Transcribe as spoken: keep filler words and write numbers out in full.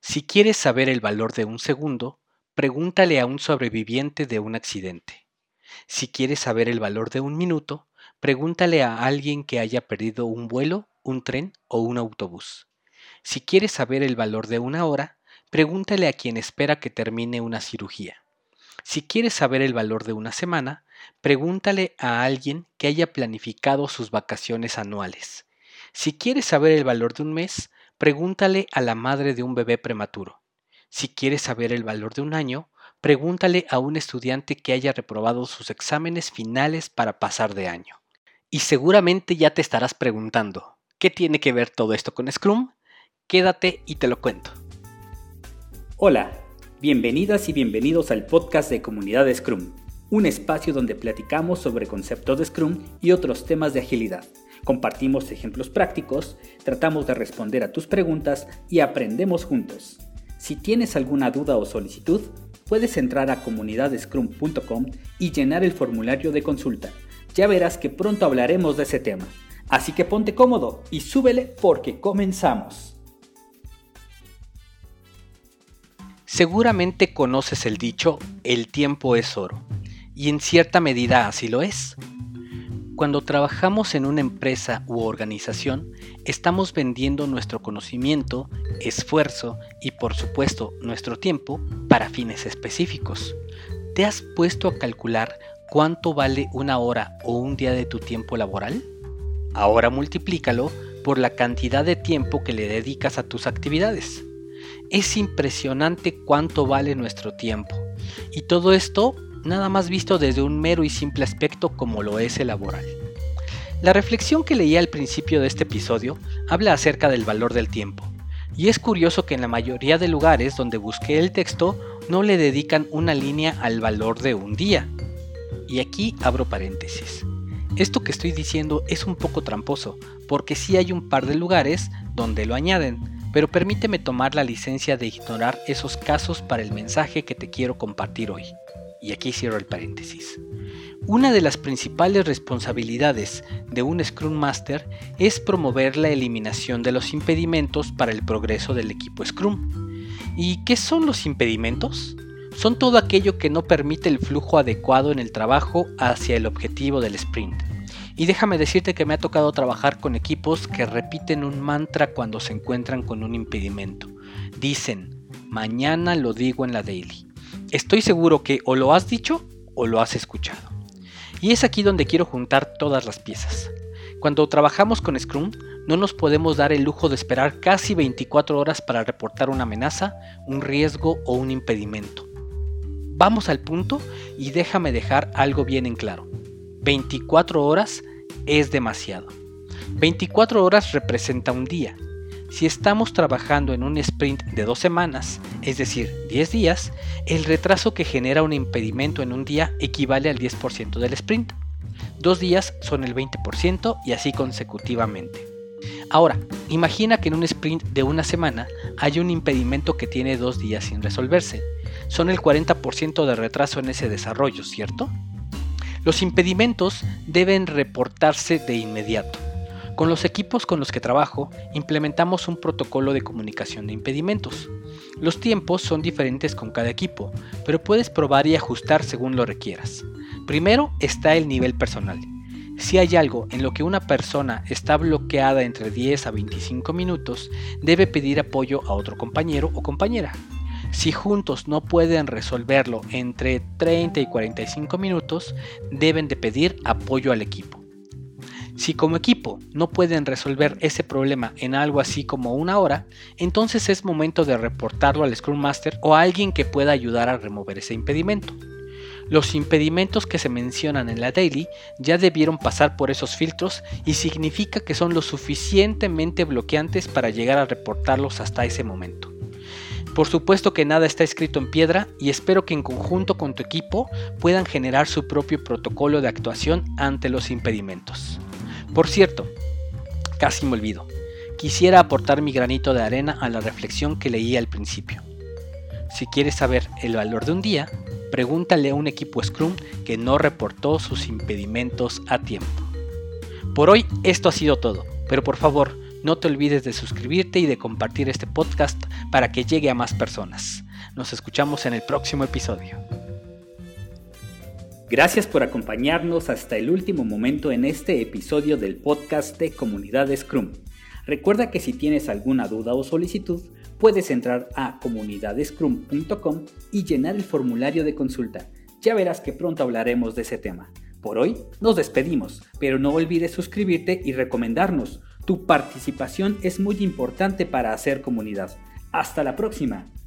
Si quieres saber el valor de un segundo, pregúntale a un sobreviviente de un accidente. Si quieres saber el valor de un minuto, pregúntale a alguien que haya perdido un vuelo, un tren o un autobús. Si quieres saber el valor de una hora, pregúntale a quien espera que termine una cirugía. Si quieres saber el valor de una semana, pregúntale a alguien que haya planificado sus vacaciones anuales. Si quieres saber el valor de un mes, pregúntale a la madre de un bebé prematuro. Si quieres saber el valor de un año, pregúntale a un estudiante que haya reprobado sus exámenes finales para pasar de año. Y seguramente ya te estarás preguntando, ¿qué tiene que ver todo esto con Scrum? Quédate y te lo cuento. Hola, bienvenidas y bienvenidos al podcast de Comunidad Scrum, un espacio donde platicamos sobre conceptos de Scrum y otros temas de agilidad. Compartimos ejemplos prácticos, tratamos de responder a tus preguntas y aprendemos juntos. Si tienes alguna duda o solicitud, puedes entrar a comunidad scrum punto com y llenar el formulario de consulta. Ya verás que pronto hablaremos de ese tema. Así que ponte cómodo y súbele porque comenzamos. Seguramente conoces el dicho, el tiempo es oro, y en cierta medida así lo es. Cuando trabajamos en una empresa u organización, estamos vendiendo nuestro conocimiento, esfuerzo y por supuesto nuestro tiempo para fines específicos. ¿Te has puesto a calcular cuánto vale una hora o un día de tu tiempo laboral? Ahora multiplícalo por la cantidad de tiempo que le dedicas a tus actividades. Es impresionante cuánto vale nuestro tiempo. Y todo esto nada más visto desde un mero y simple aspecto como lo es el laboral. La reflexión que leí al principio de este episodio habla acerca del valor del tiempo. Y es curioso que en la mayoría de lugares donde busqué el texto no le dedican una línea al valor de un día. Y aquí abro paréntesis. Esto que estoy diciendo es un poco tramposo, porque sí hay un par de lugares donde lo añaden, pero permíteme tomar la licencia de ignorar esos casos para el mensaje que te quiero compartir hoy. Y aquí cierro el paréntesis. Una de las principales responsabilidades de un Scrum Master es promover la eliminación de los impedimentos para el progreso del equipo Scrum. ¿Y qué son los impedimentos? Son todo aquello que no permite el flujo adecuado en el trabajo hacia el objetivo del sprint. Y déjame decirte que me ha tocado trabajar con equipos que repiten un mantra cuando se encuentran con un impedimento. Dicen, mañana lo digo en la daily. Estoy seguro que o lo has dicho o lo has escuchado. Y es aquí donde quiero juntar todas las piezas. Cuando trabajamos con Scrum, no nos podemos dar el lujo de esperar casi veinticuatro horas para reportar una amenaza, un riesgo o un impedimento. Vamos al punto y déjame dejar algo bien en claro. veinticuatro horas es demasiado. veinticuatro horas representa un día. Si estamos trabajando en un sprint de dos semanas, es decir, diez días, el retraso que genera un impedimento en un día equivale al diez por ciento del sprint. Dos días son el veinte por ciento y así consecutivamente. Ahora, imagina que en un sprint de una semana hay un impedimento que tiene dos días sin resolverse. Son el cuarenta por ciento de retraso en ese desarrollo, ¿cierto? Los impedimentos deben reportarse de inmediato. Con los equipos con los que trabajo, implementamos un protocolo de comunicación de impedimentos. Los tiempos son diferentes con cada equipo, pero puedes probar y ajustar según lo requieras. Primero está el nivel personal. Si hay algo en lo que una persona está bloqueada entre diez a veinticinco minutos, debe pedir apoyo a otro compañero o compañera. Si juntos no pueden resolverlo entre treinta y cuarenta y cinco minutos, deben de pedir apoyo al equipo. Si como equipo no pueden resolver ese problema en algo así como una hora, entonces es momento de reportarlo al Scrum Master o a alguien que pueda ayudar a remover ese impedimento. Los impedimentos que se mencionan en la daily ya debieron pasar por esos filtros y significa que son lo suficientemente bloqueantes para llegar a reportarlos hasta ese momento. Por supuesto que nada está escrito en piedra y espero que en conjunto con tu equipo puedan generar su propio protocolo de actuación ante los impedimentos. Por cierto, casi me olvido, quisiera aportar mi granito de arena a la reflexión que leí al principio. Si quieres saber el valor de un día, pregúntale a un equipo Scrum que no reportó sus impedimentos a tiempo. Por hoy esto ha sido todo, pero por favor, No te olvides de suscribirte y de compartir este podcast para que llegue a más personas. Nos escuchamos en el próximo episodio. Gracias por acompañarnos hasta el último momento en este episodio del podcast de Comunidad Scrum. Recuerda que si tienes alguna duda o solicitud, puedes entrar a comunidad scrum punto com y llenar el formulario de consulta. Ya verás que pronto hablaremos de ese tema. Por hoy nos despedimos, pero no olvides suscribirte y recomendarnos. Tu participación es muy importante para hacer comunidad. ¡Hasta la próxima!